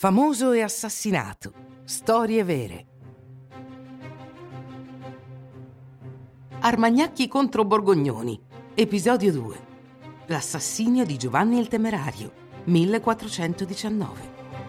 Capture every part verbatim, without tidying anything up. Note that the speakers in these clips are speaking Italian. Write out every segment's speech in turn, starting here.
Famoso e assassinato. Storie vere. Armagnacchi contro Borgognoni. Episodio due. L'assassinio di Giovanni il Temerario, millequattrocentodiciannove.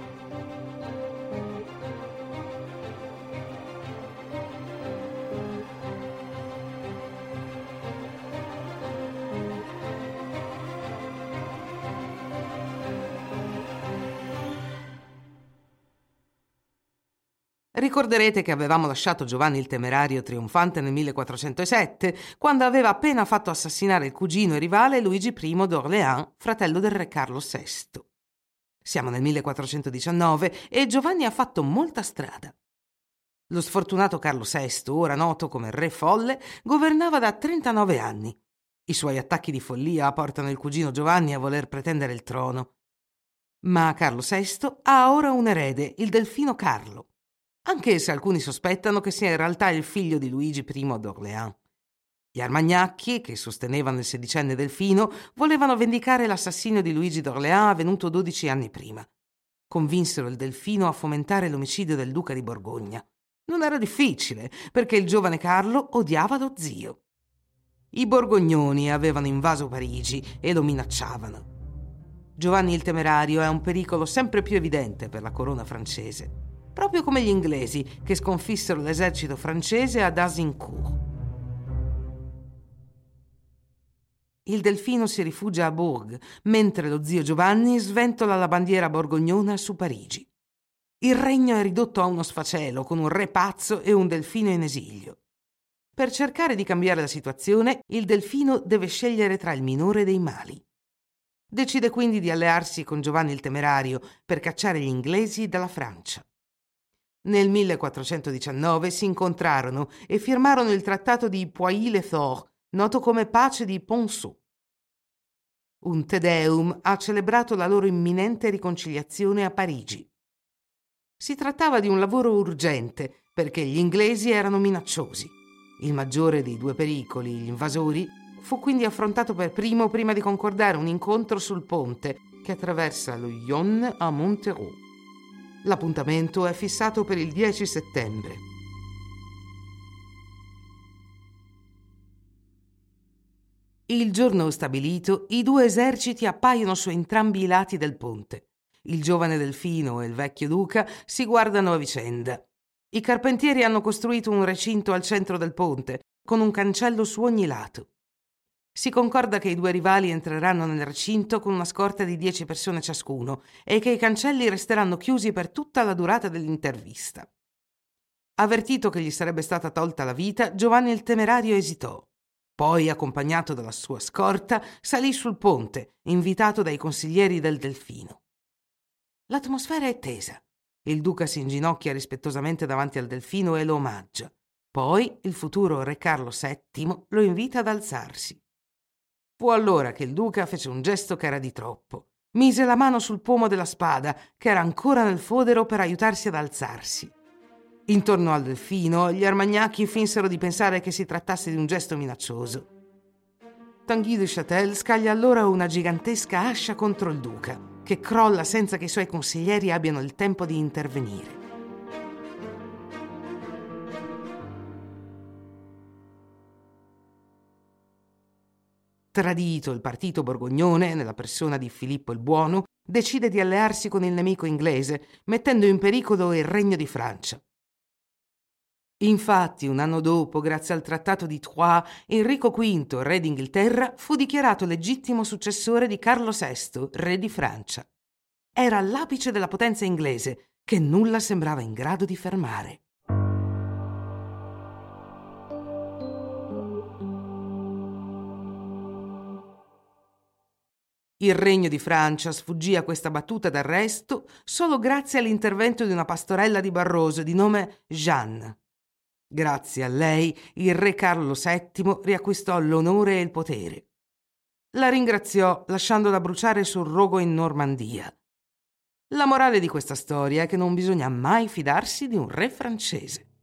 Ricorderete che avevamo lasciato Giovanni il Temerario trionfante nel millequattrocentosette, quando aveva appena fatto assassinare il cugino e rivale Luigi I d'Orléans, fratello del re Carlo sesto. Siamo nel millequattrocentodiciannove e Giovanni ha fatto molta strada. Lo sfortunato Carlo sesto, ora noto come re folle, governava da trentanove anni. I suoi attacchi di follia portano il cugino Giovanni a voler pretendere il trono. Ma Carlo sesto ha ora un erede, il delfino Carlo, anche se alcuni sospettano che sia in realtà il figlio di Luigi I d'Orléans. Gli Armagnacchi, che sostenevano il sedicenne Delfino, volevano vendicare l'assassinio di Luigi d'Orléans avvenuto dodici anni prima. Convinsero il Delfino a fomentare l'omicidio del duca di Borgogna. Non era difficile, perché il giovane Carlo odiava lo zio. I borgognoni avevano invaso Parigi e lo minacciavano. Giovanni il Temerario è un pericolo sempre più evidente per la corona francese, proprio come gli inglesi che sconfissero l'esercito francese ad Azincourt. Il Delfino si rifugia a Bourges, mentre lo zio Giovanni sventola la bandiera borgognona su Parigi. Il regno è ridotto a uno sfacelo, con un re pazzo e un delfino in esilio. Per cercare di cambiare la situazione, il Delfino deve scegliere tra il minore dei mali. Decide quindi di allearsi con Giovanni il Temerario per cacciare gli inglesi dalla Francia. Nel millequattrocentodiciannove si incontrarono e firmarono il trattato di Poix-le-Fort, noto come Pace di Ponceau. Un Te Deum ha celebrato la loro imminente riconciliazione a Parigi. Si trattava di un lavoro urgente, perché gli inglesi erano minacciosi. Il maggiore dei due pericoli, gli invasori, fu quindi affrontato per primo prima di concordare un incontro sul ponte che attraversa lo Yonne a Montereau. L'appuntamento è fissato per il dieci settembre. Il giorno stabilito, i due eserciti appaiono su entrambi i lati del ponte. Il giovane Delfino e il vecchio duca si guardano a vicenda. I carpentieri hanno costruito un recinto al centro del ponte, con un cancello su ogni lato. Si concorda che i due rivali entreranno nel recinto con una scorta di dieci persone ciascuno e che i cancelli resteranno chiusi per tutta la durata dell'intervista. Avvertito che gli sarebbe stata tolta la vita, Giovanni il Temerario esitò. Poi, accompagnato dalla sua scorta, salì sul ponte, invitato dai consiglieri del Delfino. L'atmosfera è tesa. Il duca si inginocchia rispettosamente davanti al Delfino e lo omaggia. Poi il futuro re Carlo settimo lo invita ad alzarsi. Fu allora che il duca fece un gesto che era di troppo. Mise la mano sul pomo della spada, che era ancora nel fodero, per aiutarsi ad alzarsi. Intorno al Delfino, gli Armagnacchi finsero di pensare che si trattasse di un gesto minaccioso. Tanguy de Châtel scaglia allora una gigantesca ascia contro il duca, che crolla senza che i suoi consiglieri abbiano il tempo di intervenire. Tradito il partito borgognone, nella persona di Filippo il Buono, decide di allearsi con il nemico inglese, mettendo in pericolo il regno di Francia. Infatti, un anno dopo, grazie al trattato di Troyes, Enrico V, re d'Inghilterra, fu dichiarato legittimo successore di Carlo sesto, re di Francia. Era all'apice della potenza inglese, che nulla sembrava in grado di fermare. Il regno di Francia sfuggì a questa battuta d'arresto solo grazie all'intervento di una pastorella di Barroso di nome Jeanne. Grazie a lei, il re Carlo settimo riacquistò l'onore e il potere. La ringraziò lasciandola bruciare sul rogo in Normandia. La morale di questa storia è che non bisogna mai fidarsi di un re francese.